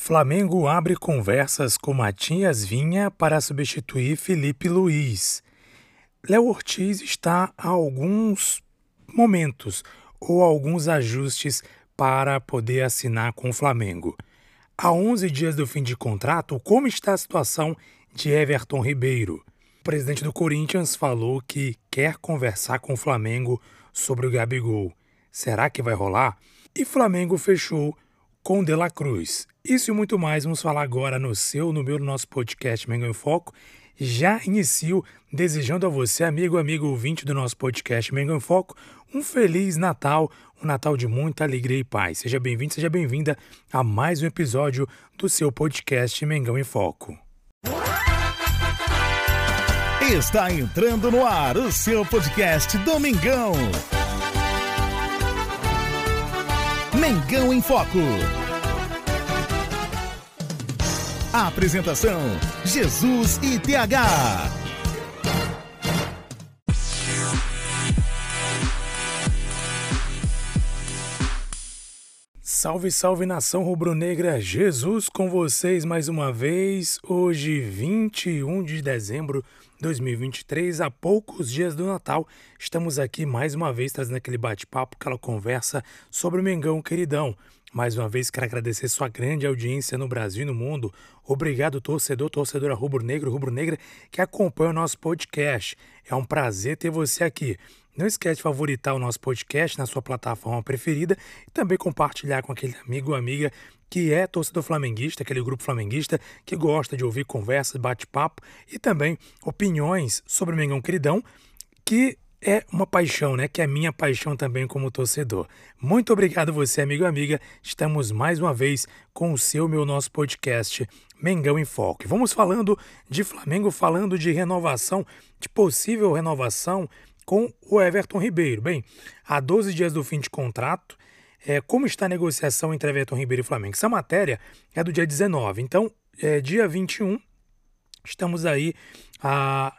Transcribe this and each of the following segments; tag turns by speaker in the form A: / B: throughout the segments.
A: Flamengo abre conversas com Matias Vinha para substituir Felipe Luiz. Léo Ortiz está a alguns momentos ou alguns ajustes para poder assinar com o Flamengo. Há 11 dias do fim de contrato, como está a situação de Everton Ribeiro? O presidente do Corinthians falou que quer conversar com o Flamengo sobre o Gabigol. Será que vai rolar? E Flamengo fechou com De La Cruz. Isso e muito mais vamos falar agora no nosso podcast Mengão em Foco. Já inicio desejando a você, amigo ouvinte do nosso podcast Mengão em Foco, um Feliz Natal, um Natal de muita alegria e paz. Seja bem-vindo, seja bem-vinda a mais um episódio do seu podcast Mengão em Foco.
B: Está entrando no ar o seu podcast do Mengão. Mengão em Foco. A apresentação: Jesus e TH.
A: Salve, salve nação rubro-negra, Jesus com vocês mais uma vez, hoje 21 de dezembro de 2023, há poucos dias do Natal, estamos aqui mais uma vez trazendo aquele bate-papo, aquela conversa sobre o Mengão queridão. Mais uma vez quero agradecer sua grande audiência no Brasil e no mundo. Obrigado torcedora rubro-negro, rubro-negra que acompanha o nosso podcast. É um prazer ter você aqui. Não esquece de favoritar o nosso podcast na sua plataforma preferida e também compartilhar com aquele amigo ou amiga que é torcedor flamenguista, aquele grupo flamenguista que gosta de ouvir conversas, bate-papo e também opiniões sobre o Mengão queridão, que é uma paixão, né? Que é minha paixão também como torcedor. Muito obrigado você, amigo e amiga. Estamos mais uma vez com o nosso podcast Mengão em Foco. E vamos falando de Flamengo, falando de renovação, de possível renovação com o Everton Ribeiro. Bem, há 12 dias do fim de contrato, como está a negociação entre Everton Ribeiro e Flamengo? Essa matéria é do dia 19, então, dia 21, estamos aí a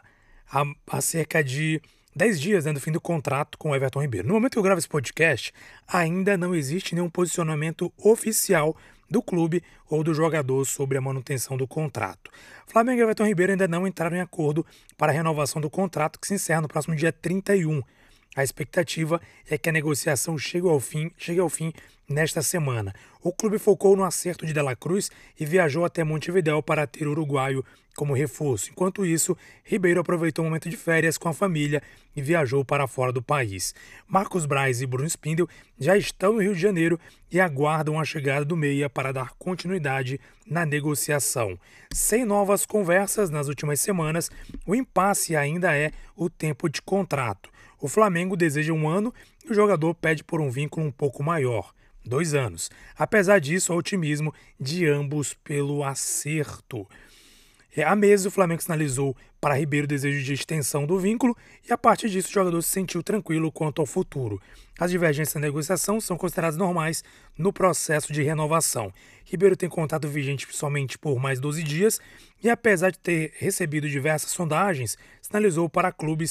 A: cerca de 10 dias do fim do contrato com o Everton Ribeiro. No momento que eu gravo esse podcast, ainda não existe nenhum posicionamento oficial do clube ou do jogador sobre a manutenção do contrato. Flamengo e Everton Ribeiro ainda não entraram em acordo para a renovação do contrato, que se encerra no próximo dia 31. A expectativa é que a negociação chegue ao fim nesta semana. O clube focou no acerto de De La Cruz e viajou até Montevidéu para ter o uruguaio como reforço. Enquanto isso, Ribeiro aproveitou um momento de férias com a família e viajou para fora do país. Marcos Braz e Bruno Spindel já estão no Rio de Janeiro e aguardam a chegada do meia para dar continuidade na negociação. Sem novas conversas nas últimas semanas, o impasse ainda é o tempo de contrato. O Flamengo deseja 1 ano e o jogador pede por um vínculo um pouco maior, 2 anos. Apesar disso, há otimismo de ambos pelo acerto. Há meses o Flamengo sinalizou para Ribeiro o desejo de extensão do vínculo e a partir disso o jogador se sentiu tranquilo quanto ao futuro. As divergências na negociação são consideradas normais no processo de renovação. Ribeiro tem contrato vigente somente por mais 12 dias e apesar de ter recebido diversas sondagens, sinalizou para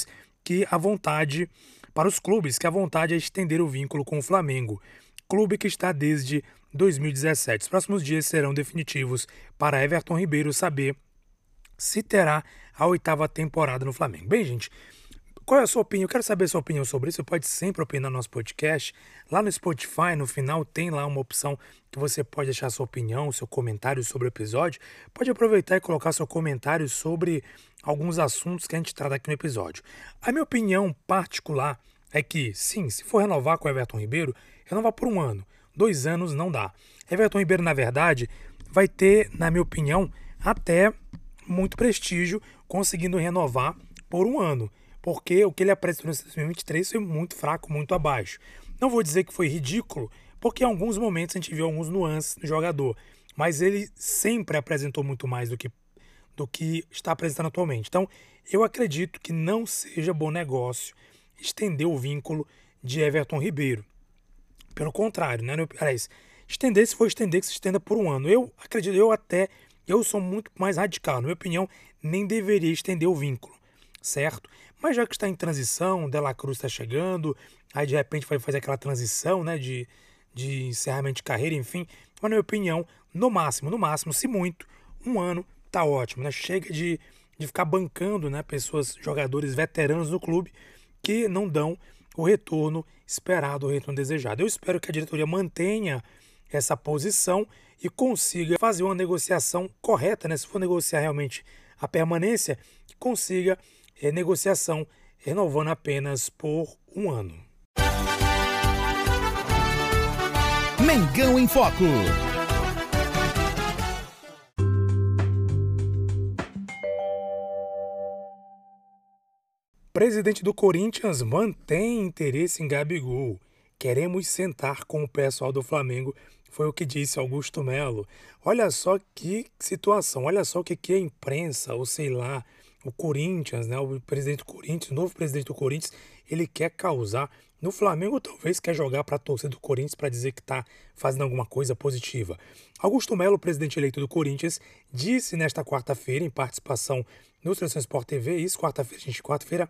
A: os clubes que a vontade é estender o vínculo com o Flamengo, clube que está desde 2017. Os próximos dias serão definitivos para Everton Ribeiro saber se terá a 8ª temporada no Flamengo. Bem, gente, qual é a sua opinião? Eu quero saber a sua opinião sobre isso. Você pode sempre opinar no nosso podcast. Lá no Spotify, no final, tem lá uma opção que você pode deixar sua opinião, seu comentário sobre o episódio. Pode aproveitar e colocar seu comentário sobre alguns assuntos que a gente trata aqui no episódio. A minha opinião particular é que, sim, se for renovar com o Everton Ribeiro, renovar por 1 ano. 2 anos não dá. Everton Ribeiro, na verdade, vai ter, na minha opinião, até muito prestígio conseguindo renovar por 1 ano. Porque o que ele apresentou em 2023 foi muito fraco, muito abaixo. Não vou dizer que foi ridículo, porque em alguns momentos a gente viu alguns nuances no jogador. Mas ele sempre apresentou muito mais do que está apresentando atualmente. Então, eu acredito que não seja bom negócio estender o vínculo de Everton Ribeiro. Pelo contrário, né? Estender, se for estender, que se estenda por 1 ano. Eu acredito, eu sou muito mais radical. Na minha opinião, nem deveria estender o vínculo, certo? Mas já que está em transição, De La Cruz está chegando, aí de repente vai fazer aquela transição, né, de encerramento de carreira, enfim. Mas, na minha opinião, no máximo, se muito, um ano tá ótimo, né? Chega de ficar bancando, né, pessoas, jogadores veteranos do clube que não dão o retorno esperado, o retorno desejado. Eu espero que a diretoria mantenha essa posição e consiga fazer uma negociação correta, né? Se for negociar realmente a permanência, que consiga negociação renovando apenas por um ano.
B: Mengão em Foco.
A: Presidente do Corinthians mantém interesse em Gabigol. Queremos sentar com o pessoal do Flamengo, foi o que disse Augusto Melo. Olha só que situação, olha só o que a imprensa, ou sei lá, o Corinthians, né, o presidente do Corinthians, o novo presidente do Corinthians, ele quer causar no Flamengo, talvez quer jogar para a torcida do Corinthians para dizer que está fazendo alguma coisa positiva. Augusto Melo, presidente eleito do Corinthians, disse nesta quarta-feira, em participação no Transmissão Sport TV, isso quarta-feira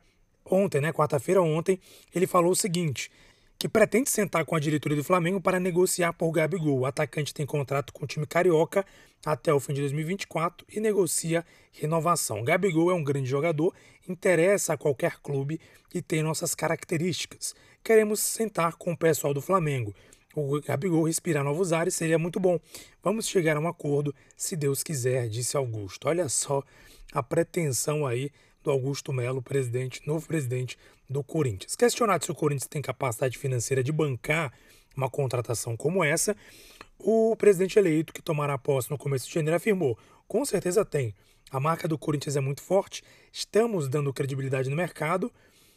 A: ontem, ele falou o seguinte, que pretende sentar com a diretoria do Flamengo para negociar por Gabigol. O atacante tem contrato com o time carioca até o fim de 2024 e negocia renovação. Gabigol é um grande jogador, interessa a qualquer clube e tem nossas características. Queremos sentar com o pessoal do Flamengo. O Gabigol respirar novos ares seria muito bom. Vamos chegar a um acordo, se Deus quiser, disse Augusto. Olha só a pretensão aí do Augusto Melo, novo presidente do Corinthians. Questionado se o Corinthians tem capacidade financeira de bancar uma contratação como essa, o presidente eleito, que tomará posse no começo de janeiro, afirmou: com certeza tem. A marca do Corinthians é muito forte, estamos dando credibilidade no mercado,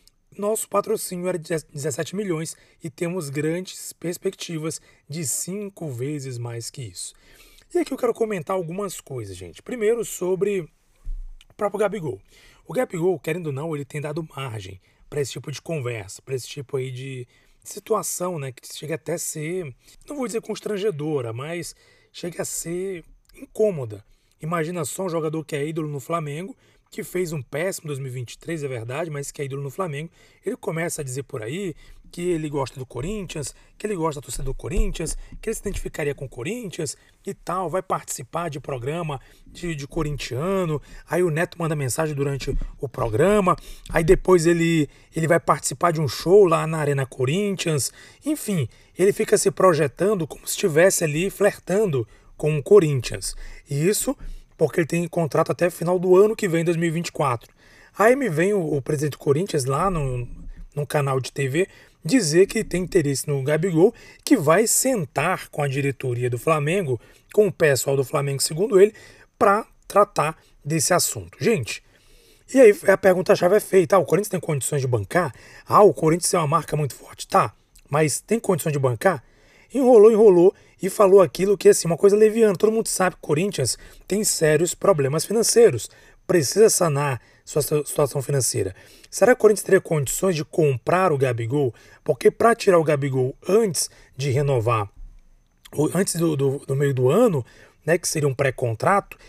A: nosso patrocínio era de 17 milhões e temos grandes perspectivas de 5 vezes mais que isso. E aqui eu quero comentar algumas coisas, gente. Primeiro, sobre o próprio Gabigol. O Gabigol, querendo ou não, ele tem dado margem para esse tipo de conversa, para esse tipo aí de situação, né, que chega até a ser, não vou dizer constrangedora, mas chega a ser incômoda. Imagina só um jogador que é ídolo no Flamengo, que fez um péssimo 2023, é verdade, mas que é ídolo no Flamengo, ele começa a dizer por aí que ele gosta do Corinthians, que ele gosta da torcida do Corinthians, que ele se identificaria com o Corinthians e tal, vai participar de programa de corintiano, aí o Neto manda mensagem durante o programa, aí depois ele vai participar de um show lá na Arena Corinthians, enfim, ele fica se projetando como se estivesse ali flertando com o Corinthians, e isso porque ele tem contrato até o final do ano que vem, 2024. Aí me vem o presidente do Corinthians lá no canal de TV dizer que tem interesse no Gabigol, que vai sentar com a diretoria do Flamengo, com o pessoal do Flamengo, segundo ele, para tratar desse assunto. Gente, e aí a pergunta-chave é feita: o Corinthians tem condições de bancar? O Corinthians é uma marca muito forte. Tá, mas tem condições de bancar? Enrolou e falou aquilo que, assim, uma coisa leviana. Todo mundo sabe que o Corinthians tem sérios problemas financeiros, precisa sanar sua situação financeira. Será que o Corinthians teria condições de comprar o Gabigol? Porque para tirar o Gabigol antes de renovar, antes do meio do ano, né, que seria um pré-contrato,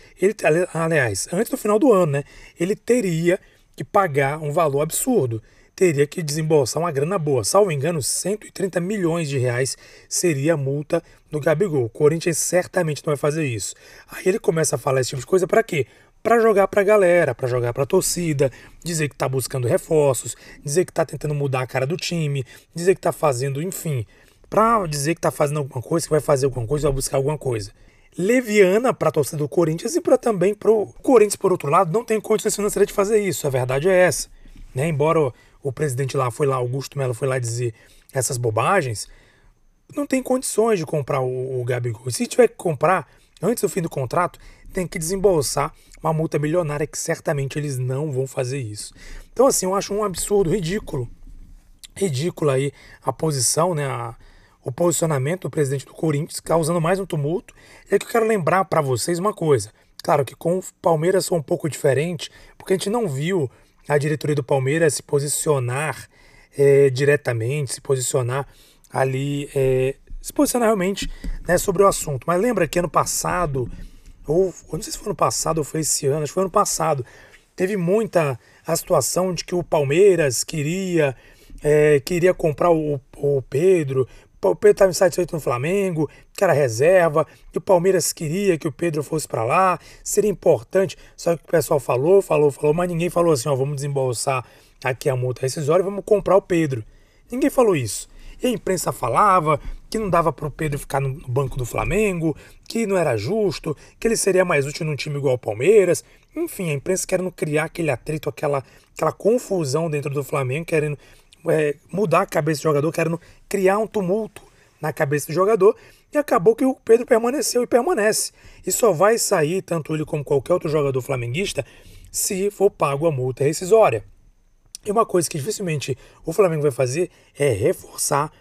A: aliás, antes do final do ano, né, ele teria que pagar um valor absurdo. Teria que desembolsar uma grana boa. Salvo engano, 130 milhões de reais seria a multa do Gabigol. O Corinthians certamente não vai fazer isso. Aí ele começa a falar esse tipo de coisa para quê? Para jogar para a galera, para jogar para a torcida, dizer que está buscando reforços, dizer que está tentando mudar a cara do time, dizer que está fazendo, enfim, para dizer que está fazendo alguma coisa, que vai fazer alguma coisa, vai buscar alguma coisa. Leviana para a torcida do Corinthians e também para o Corinthians, por outro lado, não tem condições financeiras de fazer isso. A verdade é essa. Né? Embora o presidente Augusto Melo foi lá dizer essas bobagens, não tem condições de comprar o Gabigol. E se tiver que comprar, antes do fim do contrato, tem que desembolsar uma multa milionária, que certamente eles não vão fazer isso. Então, assim, eu acho um absurdo, ridículo aí a posição, né, o posicionamento do presidente do Corinthians, causando mais um tumulto. E aqui eu quero lembrar para vocês uma coisa. Claro que com o Palmeiras foi um pouco diferente, porque a gente não viu a diretoria do Palmeiras se posicionar diretamente, se posicionar ali, se posicionar realmente, né, sobre o assunto. Mas lembra que ano passado, ou não sei se foi ano passado ou foi esse ano, acho que foi ano passado, teve muita a situação de que o Palmeiras queria comprar o Pedro o Pedro estava insatisfeito no Flamengo, que era reserva, que o Palmeiras queria que o Pedro fosse para lá, seria importante. Só que o pessoal falou, mas ninguém falou assim, ó, vamos desembolsar aqui a multa rescisória e vamos comprar o Pedro. Ninguém falou isso. E a imprensa falava que não dava para o Pedro ficar no banco do Flamengo, que não era justo, que ele seria mais útil num time igual ao Palmeiras. Enfim, a imprensa querendo criar aquele atrito, aquela confusão dentro do Flamengo, querendo mudar a cabeça do jogador, querendo criar um tumulto na cabeça do jogador. E acabou que o Pedro permaneceu e permanece. E só vai sair, tanto ele como qualquer outro jogador flamenguista, se for pago a multa rescisória. E uma coisa que dificilmente o Flamengo vai fazer é reforçar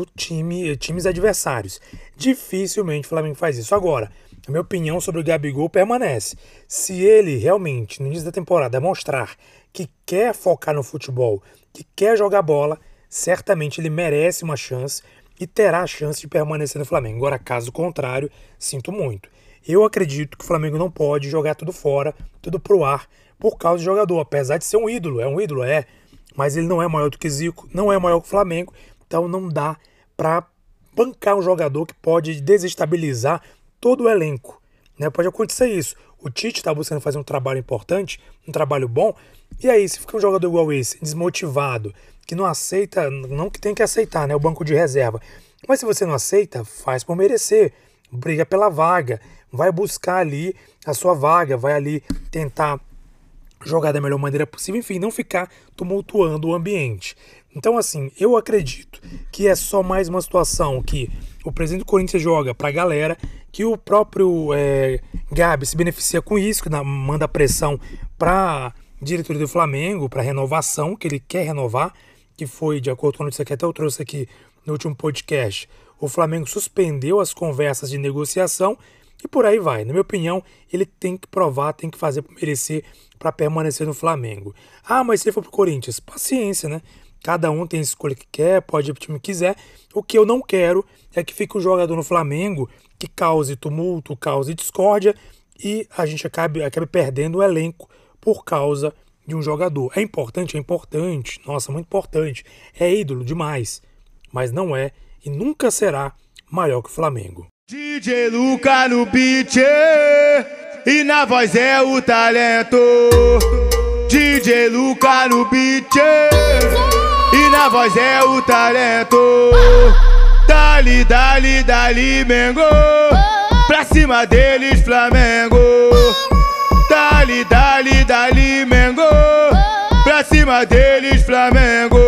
A: times adversários. Dificilmente o Flamengo faz isso. Agora, a minha opinião sobre o Gabigol permanece. Se ele realmente, no início da temporada, mostrar que quer focar no futebol, que quer jogar bola, certamente ele merece uma chance e terá a chance de permanecer no Flamengo. Agora, caso contrário, sinto muito. Eu acredito que o Flamengo não pode jogar tudo fora, tudo pro ar, por causa do jogador. Apesar de ser um ídolo, mas ele não é maior do que Zico, não é maior que o Flamengo, então não dá para bancar um jogador que pode desestabilizar todo o elenco. Né? Pode acontecer isso. O Tite está buscando fazer um trabalho importante, um trabalho bom, e aí se fica um jogador igual esse, desmotivado, que não aceita, não que tem que aceitar, né, o banco de reserva, mas se você não aceita, faz por merecer, briga pela vaga, vai buscar ali a sua vaga, vai ali tentar jogar da melhor maneira possível, enfim, não ficar tumultuando o ambiente. Então, assim, eu acredito que é só mais uma situação que o presidente do Corinthians joga pra galera, que o próprio Gabi se beneficia com isso, que manda pressão pra diretoria do Flamengo, pra renovação, que ele quer renovar, que foi, de acordo com a notícia que até eu trouxe aqui no último podcast, o Flamengo suspendeu as conversas de negociação e por aí vai. Na minha opinião, ele tem que provar, tem que fazer por merecer para permanecer no Flamengo. Ah, mas se ele for pro Corinthians, paciência, né? Cada um tem a escolha que quer, pode ir pro time que quiser. O que eu não quero é que fique um jogador no Flamengo que cause tumulto, cause discórdia e a gente acabe perdendo o elenco por causa de um jogador. É importante, nossa, muito importante. É ídolo demais, mas não é e nunca será maior que o Flamengo.
C: DJ Luca no beat e na voz é o talento. DJ Luca no beat e na voz é o talento. Dali, dali, dali, Mengo, pra cima deles, Flamengo. Dali, dali, dali, Mengo, pra cima deles, Flamengo.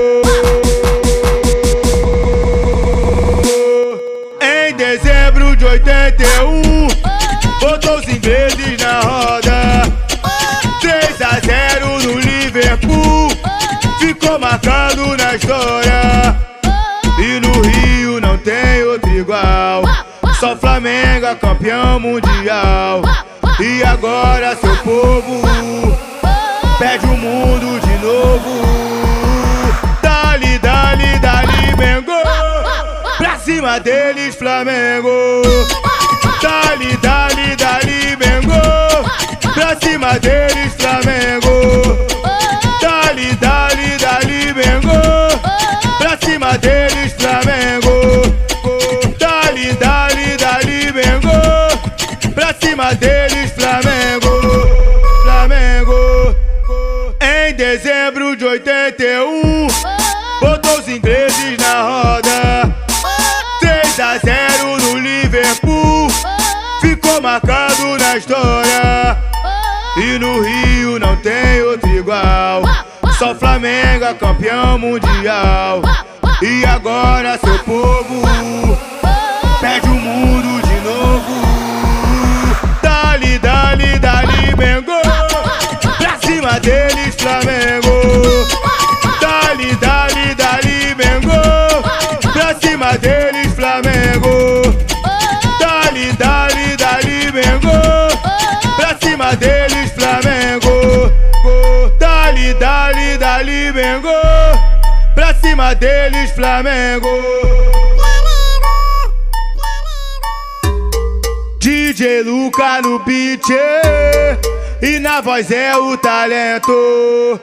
C: Em dezembro de 81, botou os ingleses na roda. 3-0 no Liverpool, ficou marcado na história. E no Rio não tem outro igual, só Flamengo é campeão mundial. E agora seu povo pede o mundo de novo. Dali, dali, dali, Mengo, pra cima deles, Flamengo. Dali, dali, dali, Mengo, pra cima deles, Flamengo. Dali, dali, dali, Mengo, pra cima deles, Flamengo. Dali, dali, dali, Mengo, pra cima deles, Flamengo. Flamengo. Em dezembro de 81, botou os ingleses na roda. 3-0 no Liverpool, ficou marcado na história. E no Rio não tem outro igual, só Flamengo é campeão mundial. E agora seu povo pede o mundo de novo. Dali, dali, dali, Mengo, pra cima deles, Flamengo. Dali, dali, dali, Mengo, pra cima deles, Flamengo. Dali, dali, dali, Mengo, pra cima deles, Flamengo. Dali, dali, dali, Mengo, pra cima deles, Flamengo. DJ Luca no beat e na voz é o talento.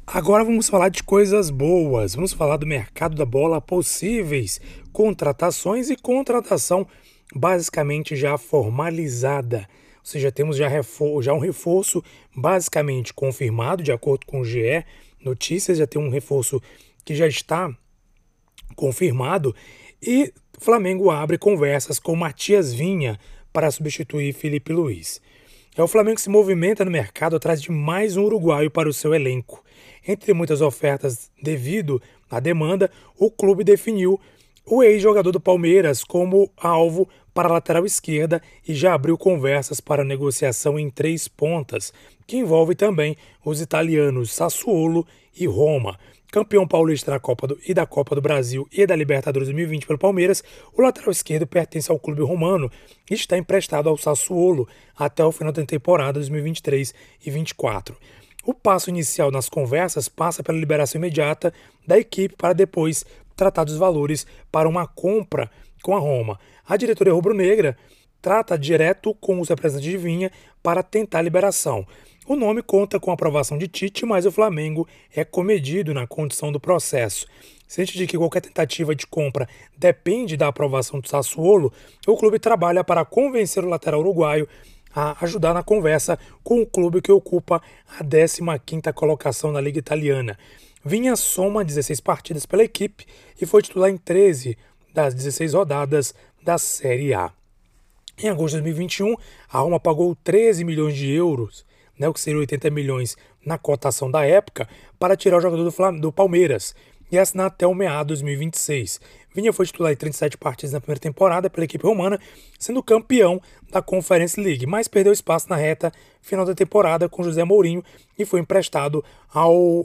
A: Agora vamos falar de coisas boas, vamos falar do mercado da bola, possíveis contratações e contratação basicamente já formalizada. Ou seja, temos já um reforço basicamente confirmado, de acordo com o GE Notícias, já tem um reforço que já está confirmado e o Flamengo abre conversas com Matias Vinha para substituir Felipe Luiz. O Flamengo se movimenta no mercado atrás de mais um uruguaio para o seu elenco. Entre muitas ofertas devido à demanda, o clube definiu o ex-jogador do Palmeiras como alvo para a lateral esquerda e já abriu conversas para negociação em 3 pontas, que envolve também os italianos Sassuolo e Roma. Campeão paulista da Copa do Brasil e da Libertadores 2020 pelo Palmeiras, o lateral esquerdo pertence ao clube romano e está emprestado ao Sassuolo até o final da temporada 2023 e 2024. O passo inicial nas conversas passa pela liberação imediata da equipe para depois tratar dos valores para uma compra com a Roma. A diretoria rubro-negra trata direto com os representantes de Vinha para tentar a liberação. O nome conta com a aprovação de Tite, mas o Flamengo é comedido na condição do processo. Ciente de que qualquer tentativa de compra depende da aprovação do Sassuolo, o clube trabalha para convencer o lateral uruguaio a ajudar na conversa com o clube que ocupa a 15ª colocação na Liga Italiana. Vinha soma 16 partidas pela equipe e foi titular em 13 das 16 rodadas da Série A. Em agosto de 2021, a Roma pagou 13 milhões de euros, o que seria 80 milhões na cotação da época, para tirar o jogador do Palmeiras e assinar até o meado de 2026. Vinha foi titular em 37 partidas na primeira temporada pela equipe romana, sendo campeão da Conference League, mas perdeu espaço na reta final da temporada com José Mourinho e foi emprestado ao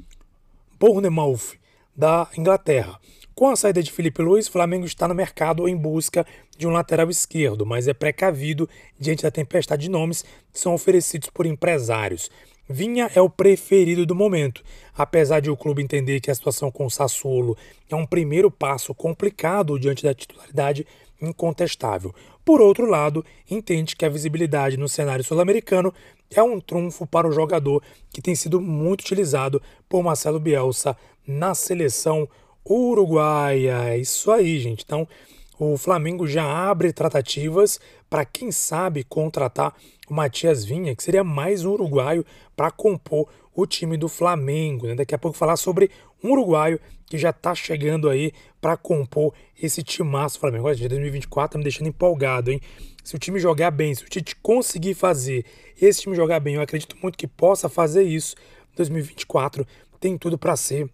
A: Bournemouth da Inglaterra. Com a saída de Felipe Luiz, o Flamengo está no mercado em busca de um lateral esquerdo, mas é precavido diante da tempestade de nomes que são oferecidos por empresários. Vinha é o preferido do momento, apesar de o clube entender que a situação com o Sassuolo é um primeiro passo complicado diante da titularidade incontestável. Por outro lado, entende que a visibilidade no cenário sul-americano é um trunfo para o jogador que tem sido muito utilizado por Marcelo Bielsa na seleção uruguaia. É isso aí, gente. Então, o Flamengo já abre tratativas para, quem sabe, contratar o Matias Vinha, que seria mais um uruguaio para compor o time do Flamengo. Daqui a pouco falar sobre um uruguaio que já está chegando aí para compor esse timaço do Flamengo. Olha, 2024 tá me deixando empolgado, hein? Se o time jogar bem, se o Tite conseguir fazer esse time jogar bem, eu acredito muito que possa fazer isso. 2024 tem tudo para ser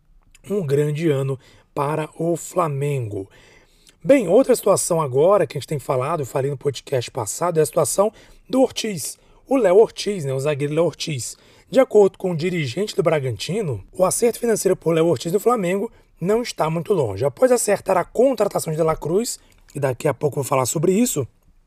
A: um grande ano para o Flamengo. Bem, outra situação agora que a gente tem falado, eu falei no podcast passado, é a situação do Ortiz. O Léo Ortiz, o zagueiro Léo Ortiz. De acordo com o dirigente do Bragantino, o acerto financeiro por Léo Ortiz do Flamengo não está muito longe. Após acertar a contratação de De La Cruz, e daqui a pouco eu vou falar sobre isso,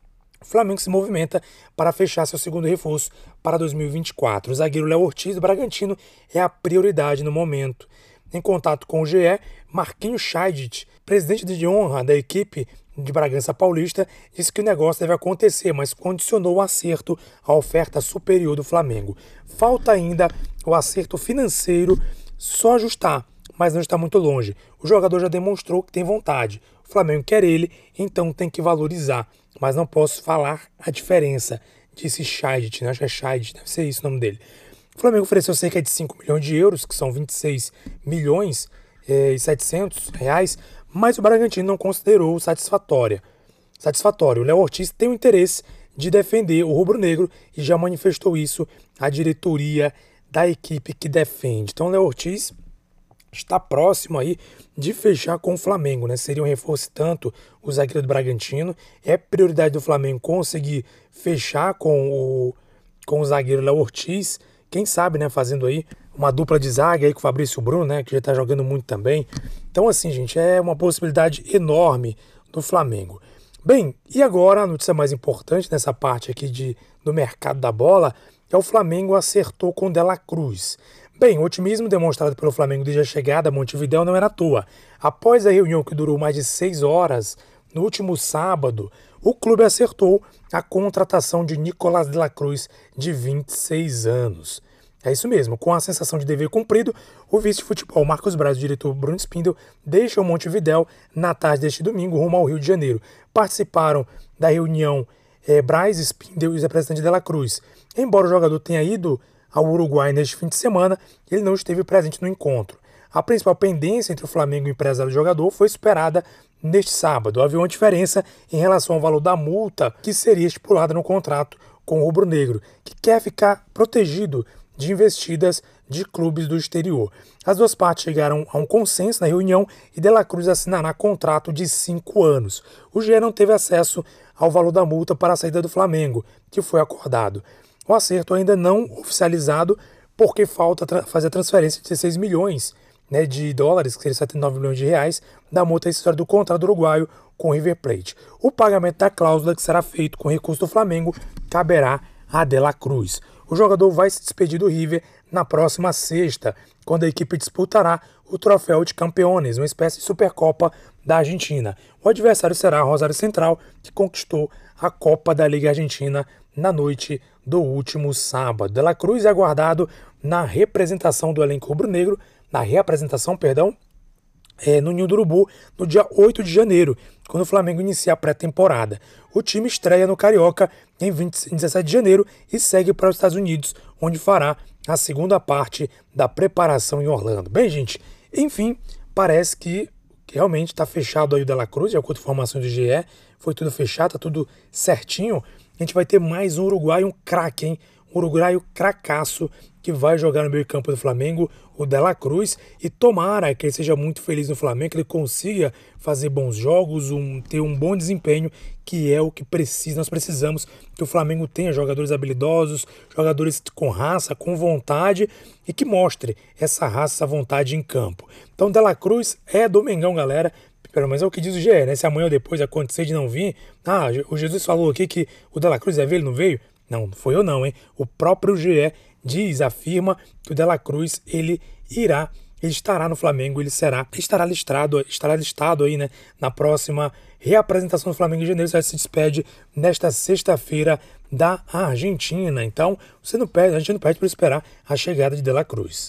A: o Flamengo se movimenta para fechar seu segundo reforço para 2024. O zagueiro Léo Ortiz do Bragantino é a prioridade no momento. Em contato com o GE, Marquinhos Scheidt, presidente de honra da equipe de Bragança Paulista, disse que o negócio deve acontecer, mas condicionou o acerto à oferta superior do Flamengo. Falta ainda o acerto financeiro, só ajustar, mas não está muito longe. O jogador já demonstrou que tem vontade. O Flamengo quer ele, então tem que valorizar. Mas não posso falar a diferença, disse Scheidt, acho que é Scheidt, deve ser isso o nome dele. O Flamengo ofereceu cerca de 5 milhões de euros, que são 26 milhões e 700 reais, mas o Bragantino não considerou satisfatório. O Léo Ortiz tem o interesse de defender o rubro-negro e já manifestou isso à diretoria da equipe que defende. Então o Léo Ortiz está próximo aí de fechar com o Flamengo, Seria um reforço tanto o zagueiro do Bragantino. É prioridade do Flamengo conseguir fechar com o zagueiro Léo Ortiz. Quem sabe, fazendo aí uma dupla de zaga aí com o Fabrício Bruno, que já está jogando muito também. Então, assim, gente, é uma possibilidade enorme do Flamengo. Bem, e agora a notícia mais importante nessa parte aqui do mercado da bola é o Flamengo acertou com De La Cruz. Bem, o otimismo demonstrado pelo Flamengo desde a chegada a Montevidéu não era à toa. Após a reunião que durou mais de 6 horas, no último sábado, o clube acertou a contratação de Nicolás De La Cruz, de 26 anos. É isso mesmo, com a sensação de dever cumprido, o vice de futebol Marcos Braz e o diretor Bruno Spindel deixam Montevidéu na tarde deste domingo rumo ao Rio de Janeiro. Participaram da reunião Braz, Spindel e os representantes de La Cruz. Embora o jogador tenha ido ao Uruguai neste fim de semana, ele não esteve presente no encontro. A principal pendência entre o Flamengo e o empresário do jogador foi superada neste sábado. Havia uma diferença em relação ao valor da multa que seria estipulada no contrato com o rubro-negro, que quer ficar protegido de investidas de clubes do exterior. As duas partes chegaram a um consenso na reunião e De La Cruz assinará contrato de 5 anos. O GE não teve acesso ao valor da multa para a saída do Flamengo, que foi acordado. O acerto ainda não oficializado, porque falta fazer a transferência de 16 milhões de dólares, que seria 79 milhões de reais, da multa rescisória do contrato do uruguaio com o River Plate. O pagamento da cláusula, que será feito com recurso do Flamengo, caberá a De La Cruz. O jogador vai se despedir do River na próxima sexta, quando a equipe disputará o Troféu de Campeones, uma espécie de Supercopa da Argentina. O adversário será a Rosário Central, que conquistou a Copa da Liga Argentina na noite do último sábado. De La Cruz é aguardado na representação do elenco rubro-negro, no Ninho do Urubu, no dia 8 de janeiro, quando o Flamengo inicia a pré-temporada. O time estreia no Carioca em 17 de janeiro e segue para os Estados Unidos, onde fará a segunda parte da preparação em Orlando. Bem, gente, enfim, parece que realmente está fechado aí o De La Cruz, de acordo com informações do GE, foi tudo fechado, está tudo certinho. A gente vai ter mais um uruguaio, um craque, hein? Um uruguaio cracaço que vai jogar no meio campo do Flamengo, o De La Cruz, e tomara que ele seja muito feliz no Flamengo, que ele consiga fazer bons jogos, ter um bom desempenho, que é o que nós precisamos, que o Flamengo tenha jogadores habilidosos, jogadores com raça, com vontade, e que mostre essa raça, essa vontade em campo. Então, De La Cruz é domingão, galera. Pelo menos é o que diz o GE, né? Se amanhã ou depois acontecer de não vir, o Jesus falou aqui que o De La Cruz ia ver, ele não veio? Não foi eu não, hein? O próprio GE afirma que o De La Cruz, ele estará no Flamengo, estará listado aí, né? Na próxima reapresentação do Flamengo em janeiro, ele se despede nesta sexta-feira da Argentina. Então, a gente não perde por esperar a chegada de La Cruz.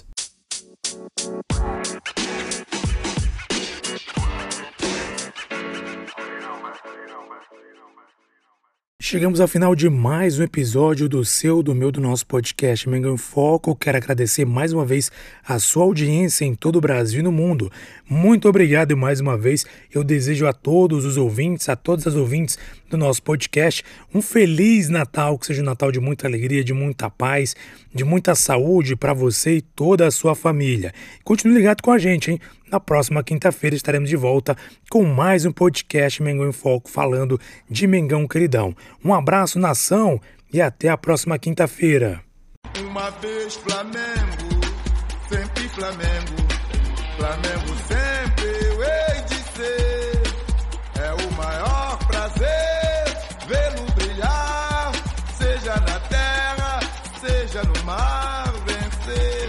A: Chegamos ao final de mais um episódio do nosso podcast Mengão em Foco. Quero agradecer mais uma vez a sua audiência em todo o Brasil e no mundo. Muito obrigado e mais uma vez eu desejo a todos os ouvintes, a todas as ouvintes do nosso podcast, um feliz Natal, que seja um Natal de muita alegria, de muita paz, de muita saúde para você e toda a sua família. Continue ligado com a gente, hein? Na próxima quinta-feira estaremos de volta com mais um podcast Mengão em Foco, falando de Mengão queridão. Um abraço, nação, e até a próxima quinta-feira.
C: Uma vez Flamengo, sempre Flamengo, Flamengo sempre eu hei de ser. É o maior prazer vê-lo brilhar, seja na terra, seja no mar, vencer.